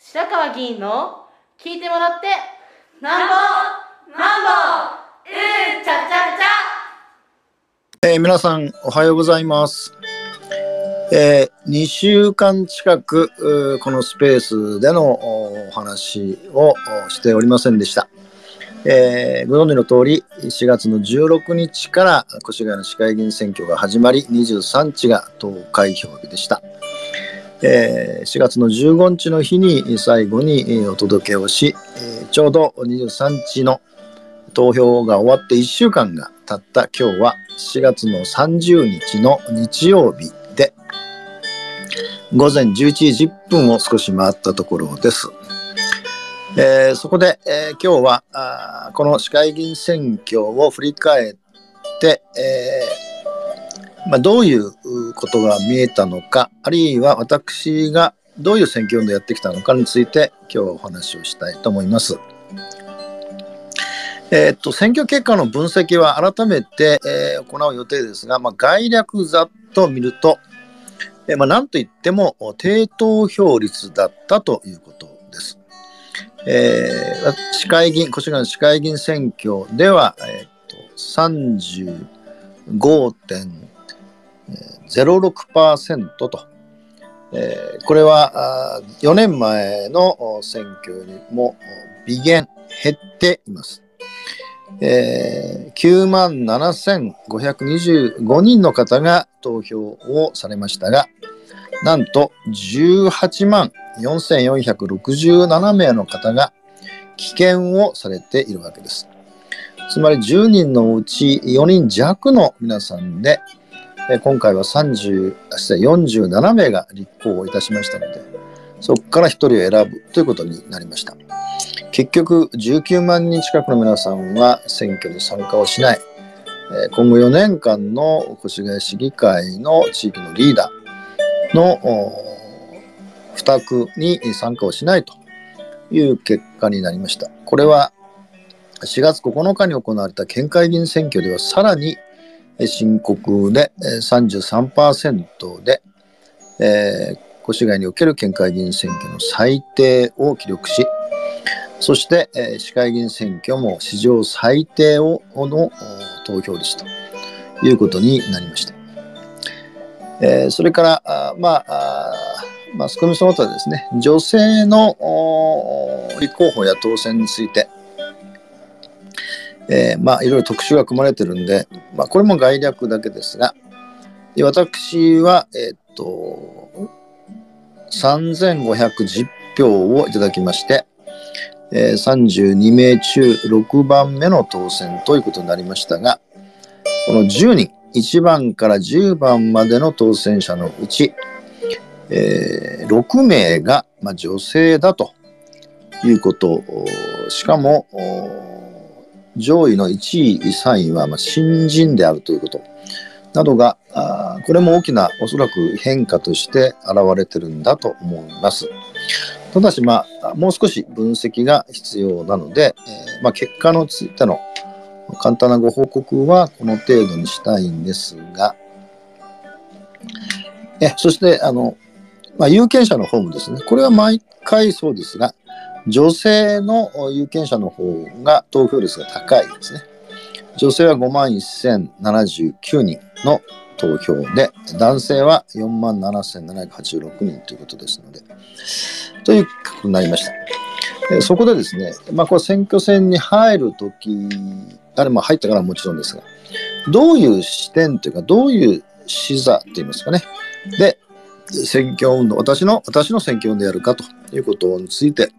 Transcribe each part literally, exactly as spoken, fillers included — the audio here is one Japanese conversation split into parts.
白川議員の聞いてもらってなんぼなんぼうんちゃちゃちゃ、えー、皆さんおはようございます。えー、にしゅうかん近くこのスペースでのお話をしておりませんでした。えー、ご存知の通りしがつのじゅうろくにちから越谷の市会議員選挙が始まり、にじゅうさんにちが投開票日でした。えー、しがつのじゅうごにちの日に最後にお届けをし、ちょうどにじゅうさんにちの投票が終わっていっしゅうかんが経った今日はしがつのさんじゅうにちの日曜日でごぜんじゅういちじじゅっぷんを少し回ったところです。えー、そこで、えー、今日はあこの市会議員選挙を振り返って、えーまあ、どういうことが見えたのか、あるいは私がどういう選挙運動をやってきたのかについて今日はお話をしたいと思います。えー、っと選挙結果の分析は改めて、えー、行う予定ですが、まあ、概略ざっと見ると、えーまあ、何といっても低投票率だったということです。えー、市会議員、越谷の市会議員選挙では、えー、っと さんじゅうごてんゼロろくパーセント と、えー、これはよねんまえの選挙よりも微減減っています。えー、きゅうまんななせんごひゃくにじゅうごにんの方が投票をされましたが、なんとじゅうはちまんよんせんよんひゃくろくじゅうななめいの方が棄権をされているわけです。つまりじゅうにんのうちよにんじゃくの皆さんで、今回はさんじゅう、よんじゅうななめいが立候補いたしましたので、そこからひとりを選ぶということになりました。結局じゅうきゅうまんにん近くの皆さんは選挙に参加をしない。今後よねんかんの越谷市議会の地域のリーダーの負託に参加をしないという結果になりました。これはしがつここのかに行われた県会議員選挙ではさらに深刻で さんじゅうさんパーセント で、えー、越谷における県会議員選挙の最低を記録し、そして、えー、市会議員選挙も史上最低をの投票率ということになりました。えー、それからあまあマスコミその他ですね、女性の立候補や当選について、えー、まあいろいろ特集が組まれてるんで、まあ、これも概略だけですが、私はえー、っとさんぜんごひゃくじゅっぴょうをいただきまして、えー、さんじゅうにめいちゅうろくばんめの当選ということになりましたが、このじゅうにん、いちばんからじゅうばんまでの当選者のうち、えー、ろくめいが、まあ、女性だということ、しかも上位のいちい、さんいはまあ新人であるということなどが、あこれも大きなおそらく変化として現れてるんだと思います。ただし、まあ、もう少し分析が必要なので、えーまあ、結果についての簡単なご報告はこの程度にしたいんですが、えそしてあの、まあ、有権者の方もですね、これは毎回そうですが、女性の有権者の方が投票率が高いですね。女性はごまんせんななじゅうきゅうにんの投票で、男性はよんまんななせんななひゃくはちじゅうろくにんということですので、ということになりました。そこでですね、まあ、これ選挙戦に入るとき、あれも入ったからもちろんですが、どういう視点というか、どういう視座といいますかね、で、選挙運動、私の、私の選挙運動をやるかということについて、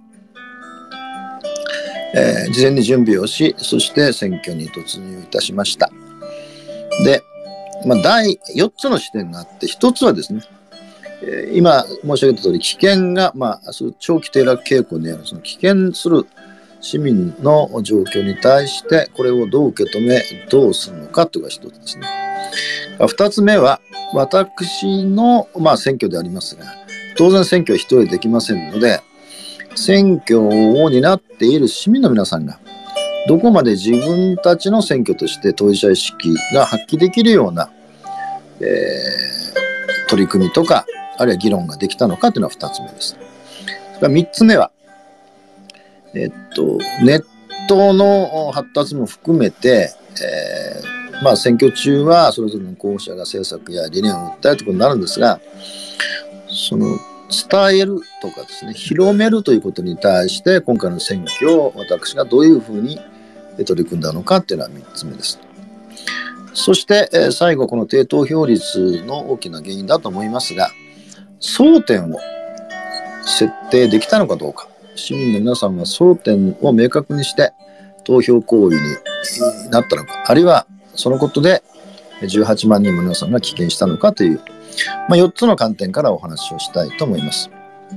えー、事前に準備をし、そして選挙に突入いたしました。で、まあ、第よっつの視点があって、ひとつはですね、えー、今申し上げた通り、危険が、まあ、長期低落傾向にある、その危険する市民の状況に対して、これをどう受け止め、どうするのかというのがひとつですね。ふたつめは、私の、まあ、選挙でありますが、当然選挙は一人でできませんので、選挙を担っている市民の皆さんがどこまで自分たちの選挙として当事者意識が発揮できるような、えー、取り組みとかあるいは議論ができたのかというのはふたつめです。 みっつめは、えっと、ネットの発達も含めて、えーまあ、選挙中はそれぞれの候補者が政策や理念を訴えるということになるんですが、その伝えるとかですね、広めるということに対して今回の選挙を私がどういうふうに取り組んだのかっていうのはみっつめです。そして最後、この低投票率の大きな原因だと思いますが、争点を設定できたのかどうか、市民の皆さんは争点を明確にして投票行為になったのか、あるいはそのことでじゅうはちまんにんも皆さんが棄権したのかという、まあ、よっつの観点からお話をしたいと思います。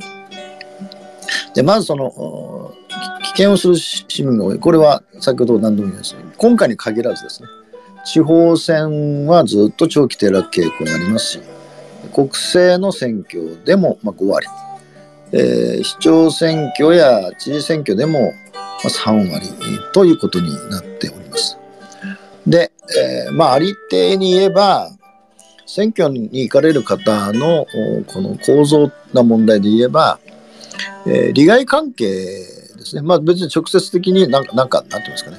でまずその棄権をする市民が多い、これは先ほど何度も言いましたように、今回に限らずですね、地方選はずっと長期低落傾向にありますし、国政の選挙でもまあごわり、えー、市長選挙や知事選挙でもさんわりということになっております。で、えー、まあありていに言えば、選挙に行かれる方のこの構造な問題で言えば、えー、利害関係ですね。まあ別に直接的になんか、なんか、なんていうんですかね。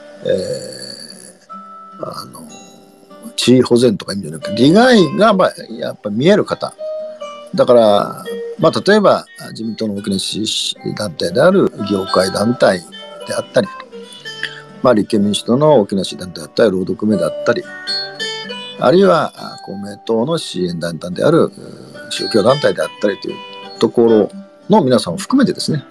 えー、あの、地位保全とか意味じゃなくて、利害がまあやっぱ見える方。だから、まあ例えば自民党の大きな支持団体である業界団体であったり、まあ立憲民主党の大きな支持団体であったり、労働組合であったり、あるいは公明党の支援団体である宗教団体であったりというところの皆さんを含めてですね、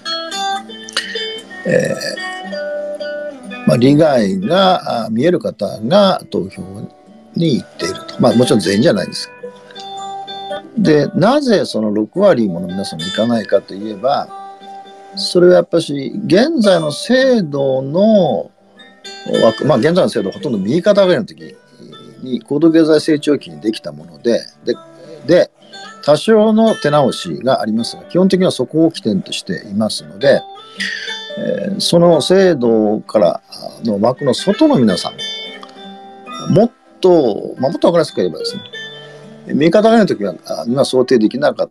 えーまあ、利害が見える方が投票に行っていると。まあもちろん全員じゃないです。で、なぜそのろくわりもの皆さんが行かないかといえば、それはやっぱり現在の制度の枠、まあ現在の制度はほとんど右肩上がりの時に高度経済成長期にできたもので、で、で多少の手直しがありますが、基本的にはそこを起点としていますので、えー、その制度からの枠の外の皆さん、もっと、まあ、もっと分かりやすく言えばですね、右肩上がりの時は今想定できなかった、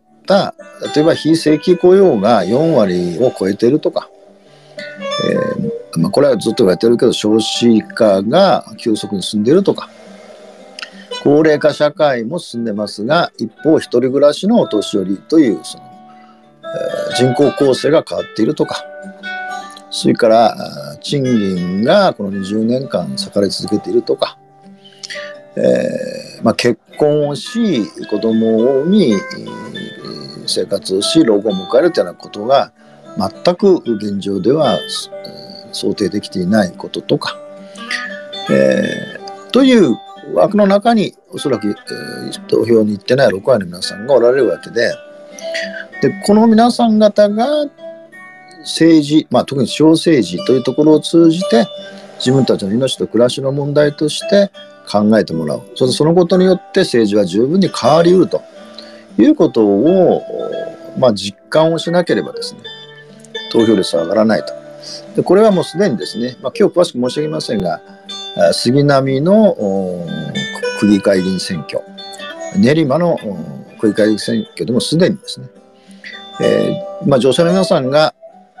例えば非正規雇用がよんわりを超えているとか、えーまあ、これはずっと言われてるけど、少子化が急速に進んでいるとか、高齢化社会も進んでますが、一方一人暮らしのお年寄りというその、えー、人口構成が変わっているとか、それから賃金がこのにじゅうねんかん下がり続けているとか、えーまあ、結婚をし子供を産み生活をし老後を迎えるというようなことが全く現状では想定できていないこととか、えー、という枠の中におそらく、えー、投票に行ってないろくわりの皆さんがおられるわけで、でこの皆さん方が政治、まあ、特に地方政治というところを通じて自分たちの命と暮らしの問題として考えてもらう。そしてそのことによって政治は十分に変わりうるということを、まあ、実感をしなければですね、投票率は上がらないと。でこれはもうすでにですね、まあ、今日詳しく申し上げませんが、杉並の区議会議員選挙、練馬の区議会議員選挙でもすでにですね、えーまあ、女性の皆さんが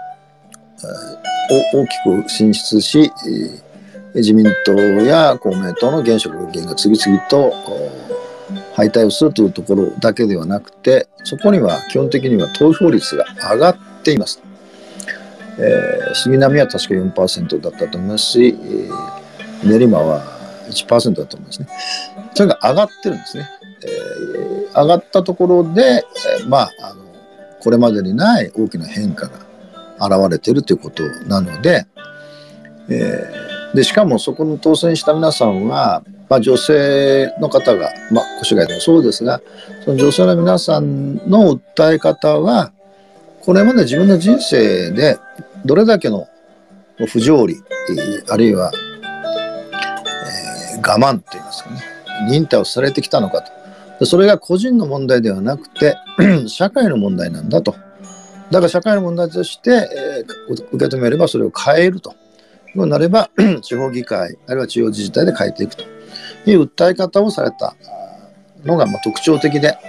大きく進出し、自民党や公明党の現職議員が次々と敗退をするというところだけではなくて、そこには基本的には投票率が上がっています。えー、杉並は確か よんパーセント だったと思いますし、えー、練馬はいちパーセント だと思いますね。それが上がってるんですね。えー、上がったところで、えー、まあ、あの、これまでにない大きな変化が現れているということなので、えー、でしかもそこに当選した皆さんは、まあ、女性の方が、まあ、越谷でもそうですが、その女性の皆さんの訴え方は、これまで自分の人生でどれだけの不条理、あるいは、えー、我慢といいますかね、忍耐をされてきたのかと。それが個人の問題ではなくて社会の問題なんだと。だから社会の問題として、えー、受け止めればそれを変えると。そうなれば地方議会あるいは地方自治体で変えていくという訴え方をされたのがまあ特徴的で、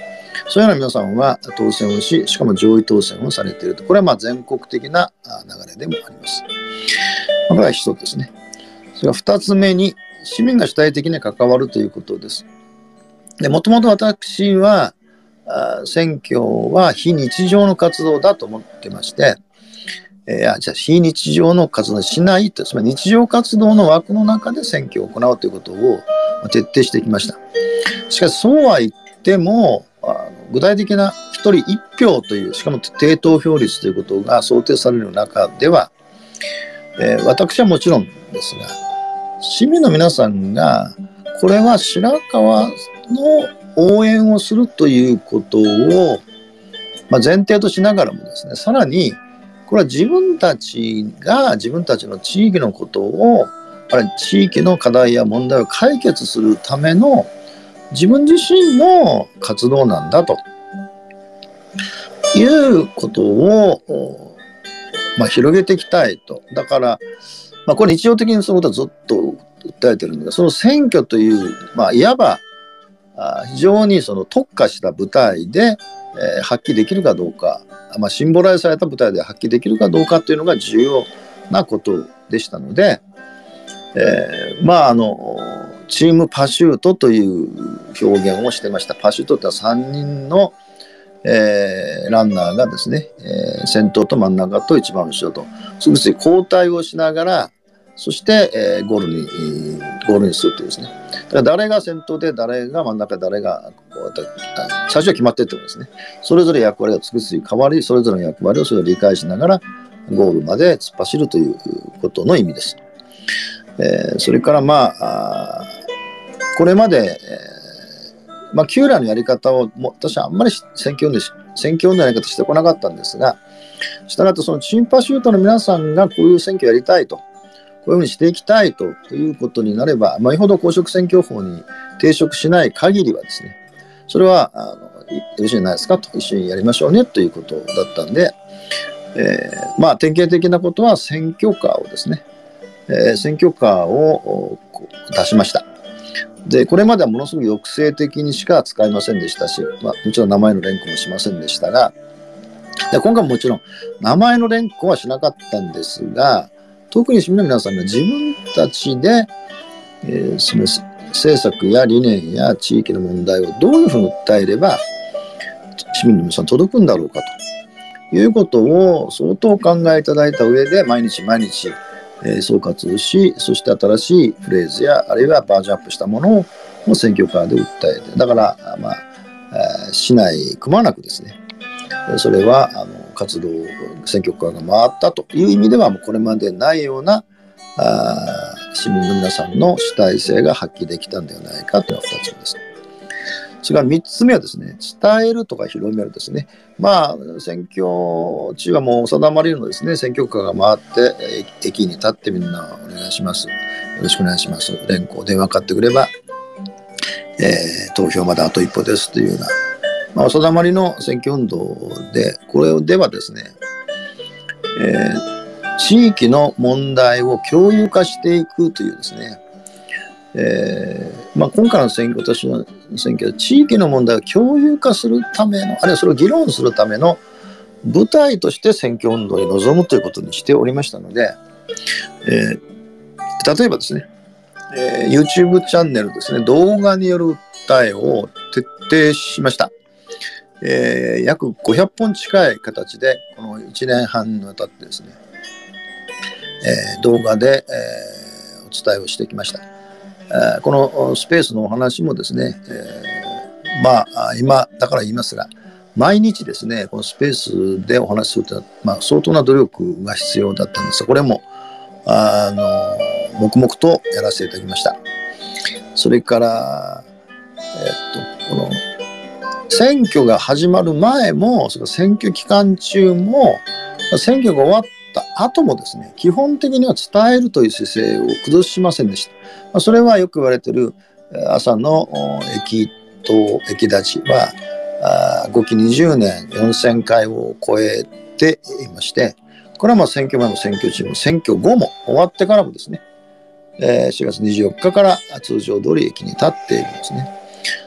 そういうような皆さんは当選をし、しかも上位当選をされていると。これはまあ全国的な流れでもあります。これは一つですね。それから二つ目に、市民が主体的に関わるということです。で、もともと私は、選挙は非日常の活動だと思ってまして、えー、じゃあ非日常の活動しないと、つまり日常活動の枠の中で選挙を行うということを徹底してきました。しかしそうは言っても、あの具体的な一人一票という、しかも低投票率ということが想定される中では、えー、私はもちろんですが、市民の皆さんがこれは白川の応援をするということを、まあ、前提としながらもですね、さらにこれは自分たちが自分たちの地域のことを、あるいは地域の課題や問題を解決するための自分自身の活動なんだということを、まあ、広げていきたいと。だから、まあ、これ日常的にそのことはずっと訴えてるんだけど、その選挙という、まあ、いわば非常にその特化した舞台で、えー、発揮できるかどうか、まあ、シンボライズされた舞台で発揮できるかどうかというのが重要なことでしたので、えー、まああのチームパシュートという表現をしてました。パシュートってのはさんにんの、えー、ランナーがですね、えー、先頭と真ん中と一番後ろとすぐに交代をしながら、そして、えー、ゴールに、ゴールにするというですね。だから誰が先頭で誰が真ん中で誰がこうやって最初は決まっていってもですね、それぞれ役割がつくつく変わり、それぞれの役割をそれを理解しながらゴールまで突っ走るということの意味です。えー、それからまあ、あこれまで、えー、まあ旧来のやり方をも私はあんまり選挙運動選挙運動のやり方してこなかったんですが、したがってそのチームパシュートの皆さんがこういう選挙をやりたいと。こういうふうにしていきたいということになれば、まあ、よほど公職選挙法に抵触しない限りはですね、それはあのよろしいんじゃないですかと、一緒にやりましょうねということだったんで、えー、まあ典型的なことは選挙カーをですね、えー、選挙カーを出しました。で、これまではものすごく抑制的にしか使いませんでしたし、まあ、もちろん名前の連呼もしませんでしたが、で今回ももちろん名前の連呼はしなかったんですが、特に市民の皆さんが自分たちで、えー、その政策や理念や地域の問題をどういうふうに訴えれば市民の皆さん届くんだろうかということを相当考えいただいた上で毎日毎日、えー、総括し、そして新しいフレーズやあるいはバージョンアップしたものを選挙カーで訴えて、だからまあ、えー、市内くまなくですね、それはあの活動選挙カーが回ったという意味ではもうこれまでないようなあ市民の皆さんの主体性が発揮できたんではないかというのがふたつめです。それからみっつめはですね、伝えるとか広めるですね。まあ選挙中はもう定まりのですね、選挙カーが回って駅に立ってみんなお願いします。よろしくお願いします。連行電話かかってくれば、えー、投票まであと一歩ですというような。まあ、お定まりの選挙運動で、これではですね、えー、地域の問題を共有化していくというですね、えーまあ、今回の選挙、私の選挙は地域の問題を共有化するための、あるいはそれを議論するための舞台として選挙運動に臨むということにしておりましたので、えー、例えばですね、えー、YouTube チャンネルですね、動画による訴えを徹底しました。えー、約ごひゃっぽん近い形でこのいちねんはんにわたってですね、えー、動画で、えー、お伝えをしてきました。えー、このスペースのお話もですね、えー、まあ今だから言いますが、毎日ですねこのスペースでお話しするというのは、まあ、相当な努力が必要だったんですが、これもあの黙々とやらせていただきました。それからえー、っとこの選挙が始まる前も、その選挙期間中も、選挙が終わった後もですね、基本的には伝えるという姿勢を崩しませんでした。それはよく言われている朝の駅と駅立ちは、ごきにじゅうねんよんせんかいを超えていまして、これはまあ選挙前も選挙中も選挙後も終わってからもですね、しがつにじゅうよっかから通常通り駅に立っているんですね。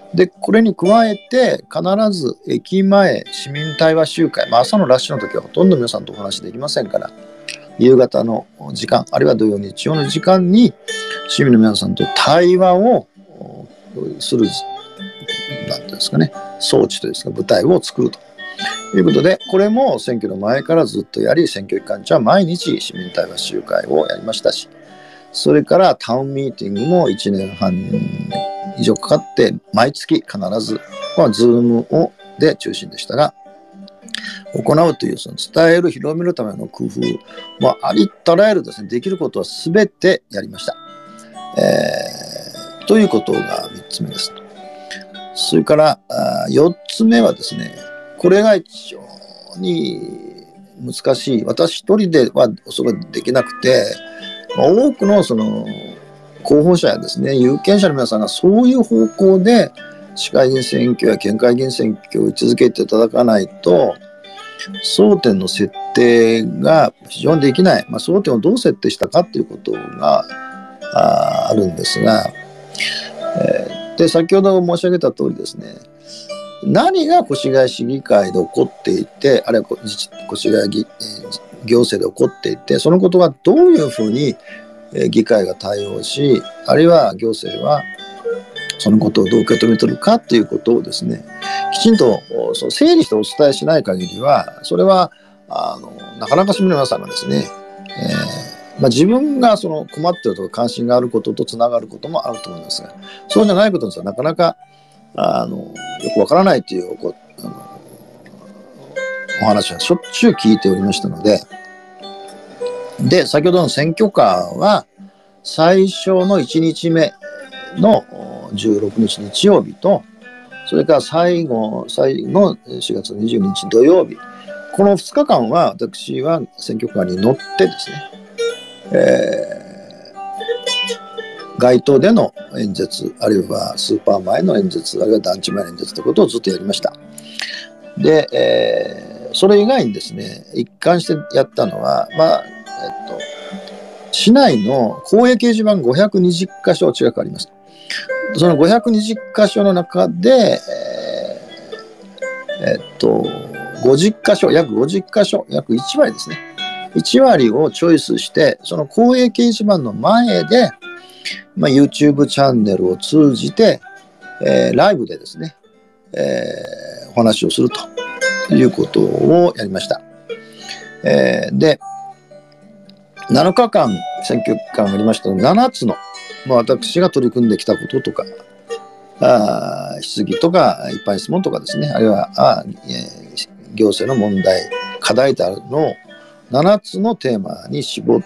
で、これに加えて、必ず駅前市民対話集会、まあ、朝のラッシュの時はほとんど皆さんとお話できませんから、夕方の時間、あるいは土曜日曜の時間に、市民の皆さんと対話をする、なんていうんですかね、装置というんですか、舞台を作るということで、これも選挙の前からずっとやり、選挙期間中は毎日市民対話集会をやりましたし、それからタウンミーティングもいちねんはん以上かかって、毎月必ず、まあ、ズームをで中心でしたが、行うという、その伝える、広めるための工夫、まあ、ありとあらゆるですね、できることは全てやりました。えー、ということがみっつめです。それからよっつめはですね、これが非常に難しい。私一人ではそれできなくて、多くのその候補者やですね、有権者の皆さんがそういう方向で市会議員選挙や県会議員選挙を位置づけていただかないと、争点の設定が非常にできない、まあ、争点をどう設定したかということが あ, あるんですが、えー、で先ほど申し上げた通りですね、何が越谷市議会で起こっていて、あるいは越谷議行政で起こっていて、そのことがどういうふうに議会が対応し、あるいは行政はそのことをどう受け止めているかということをですね、きちんとその整理してお伝えしない限りは、それはあのなかなか市民の皆さんがですね、えーまあ、自分がその困っているとか関心があることとつながることもあると思いますが、そうじゃないことにはなかなかあのよくわからないというこあのお話はしょっちゅう聞いておりましたので、で先ほどの選挙カーは最初のいちにちめのじゅうろくにち日曜日と、それから最後、最後しがつにじゅうににち土曜日、このふつかかんは私は選挙カーに乗ってですね、えー、街頭での演説、あるいはスーパー前の演説、あるいは団地前の演説ということをずっとやりました。で、えー、それ以外にですね、一貫してやったのは、まあ、えっと、市内の公営掲示板ごひゃくにじゅっかしょ近くあります。そのごひゃくにじゅっかしょの中で、えー、えっと、ごじゅっかしょ、約ごじゅっかしょ、約いちわりですね。いちわりをチョイスして、その公営掲示板の前で、まあ、YouTube チャンネルを通じて、えー、ライブでですね、えー、お話をするということをやりました。えー、で、なのかかん選挙期間がありましたので、ななつの、まあ、私が取り組んできたこととか、あ質疑とか一般質問とかですね、あるいはあ、えー、行政の問題、課題であるのをななつのテーマに絞って、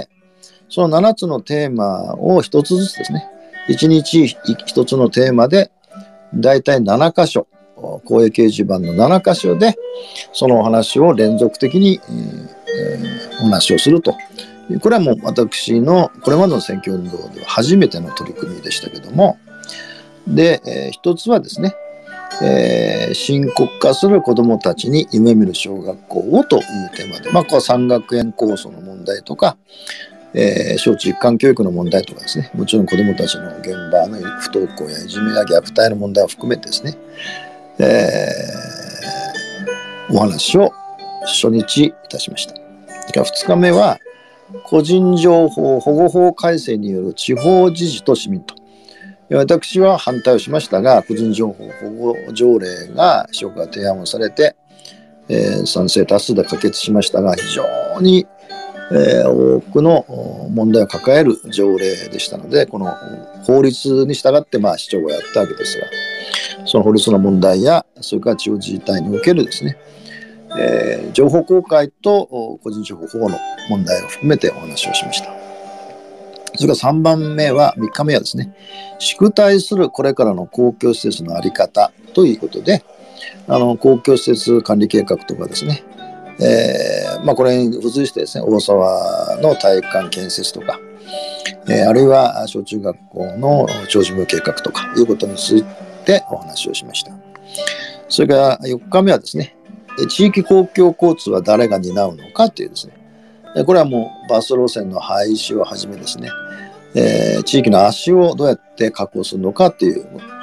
そのななつのテーマをひとつずつですね、いちにちひとつのテーマでだいたいななかしょ、公営掲示板のななかしょでそのお話を連続的に、えー、お話をすると。これはもう私のこれまでの選挙運動では初めての取り組みでしたけども、で、えー、一つはですね、えー、深刻化する子どもたちに夢見る小学校をというテーマで、まあ、これは産学園構想の問題とか、えー、小中一貫教育の問題とかですね、もちろん子どもたちの現場の不登校やいじめや虐待の問題を含めてですね、えー、お話を初日いたしました。ふつかめは個人情報保護法改正による地方自治と市民と。私は反対をしましたが、個人情報保護条例が司法が提案をされて、えー、賛成多数で可決しましたが、非常に、えー、多くの問題を抱える条例でしたので、この法律に従ってまあ市長がやったわけですが、その法律の問題や、それから地方自治体におけるですね、えー、情報公開と個人情報保護の問題を含めてお話をしました。それからさんばんめは、みっかめはですね、縮退するこれからの公共施設の在り方ということで、あの公共施設管理計画とかですね、えーまあ、これに付随してですね、大沢の体育館建設とか、えー、あるいは小中学校の長寿命計画とかいうことについてお話をしました。それからよっかめはですね、地域公共交通は誰が担うのかというですね、これはもうバス路線の廃止をはじめですね、えー、地域の足をどうやって確保するのかという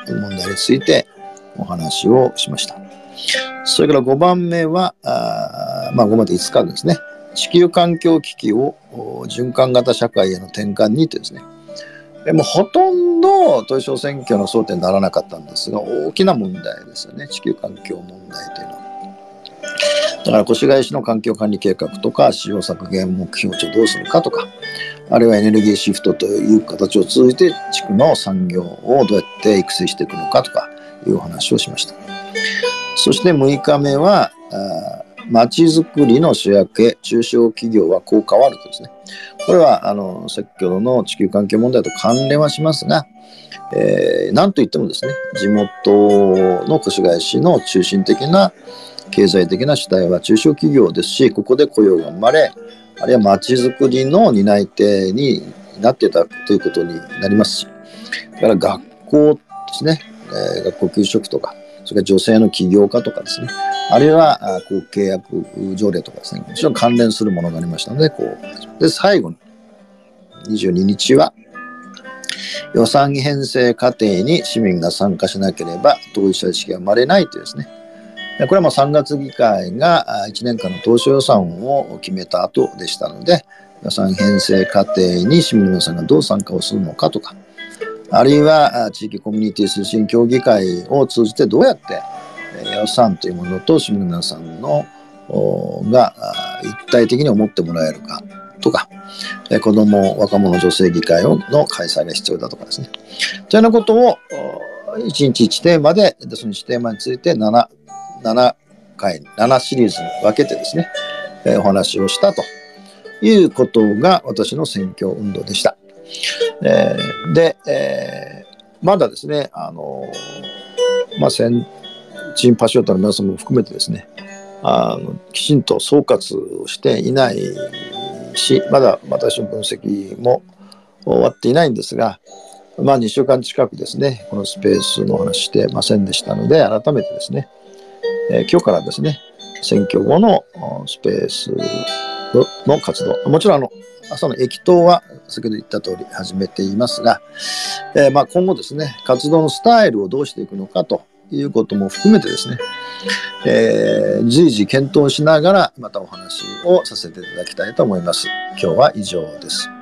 問題についてお話をしました。それからごばんめは、あまあ、ごまでいつかですね、地球環境危機を循環型社会への転換にってですね、もうほとんど統一地方選挙の争点にならなかったんですが、大きな問題ですよね、地球環境問題というのは。だから越谷市の環境管理計画とか、使用削減目標値をどうするかとか、あるいはエネルギーシフトという形を通じて地区の産業をどうやって育成していくのかとかいうお話をしました。そしてむいかめは、まちづくりの主役へ中小企業はこう変わるとですね。これはあの先ほどの地球環境問題と関連はしますが、えー、なんといってもですね、地元の越谷市の中心的な経済的な主体は中小企業ですし、ここで雇用が生まれ、あるいはまちづくりの担い手になっていたということになりますし、だから学校ですね、えー、学校給食とか、それから女性の起業家とかですね、あるいはこう契約条例とかですね、もちろん関連するものがありましたので、こうで最後ににじゅうににちは予算編成過程に市民が参加しなければ当事者意識が生まれないというですね、これはもうさんがつ議会がいちねんかんの当初予算を決めた後でしたので、予算編成過程に市民の皆さんがどう参加をするのかとか、あるいは地域コミュニティ推進協議会を通じてどうやって予算というものと市民の皆さんのが一体的に思ってもらえるかとか、子ども若者女性議会の開催が必要だとかですね、というようなことをいちにちいちテーマで、そのいちテーマについて 7, 7回ななシリーズに分けてですね、お話をしたということが私の選挙運動でした。えー、で、えー、まだですね、あのまあ、先進パシオットの皆さんも含めてですね、あのきちんと総括をしていないし、まだ私の分析も終わっていないんですが、まあ、にしゅうかん近くですね、このスペースのお話してませんでしたので、改めてですね、えー、今日からですね、選挙後のスペースの活動、もちろんあの朝の駅頭は先ほど言った通り始めていますが、えー、まあ今後ですね、活動のスタイルをどうしていくのかということも含めてですね、えー、随時検討しながらまたお話をさせていただきたいと思います。今日は以上です。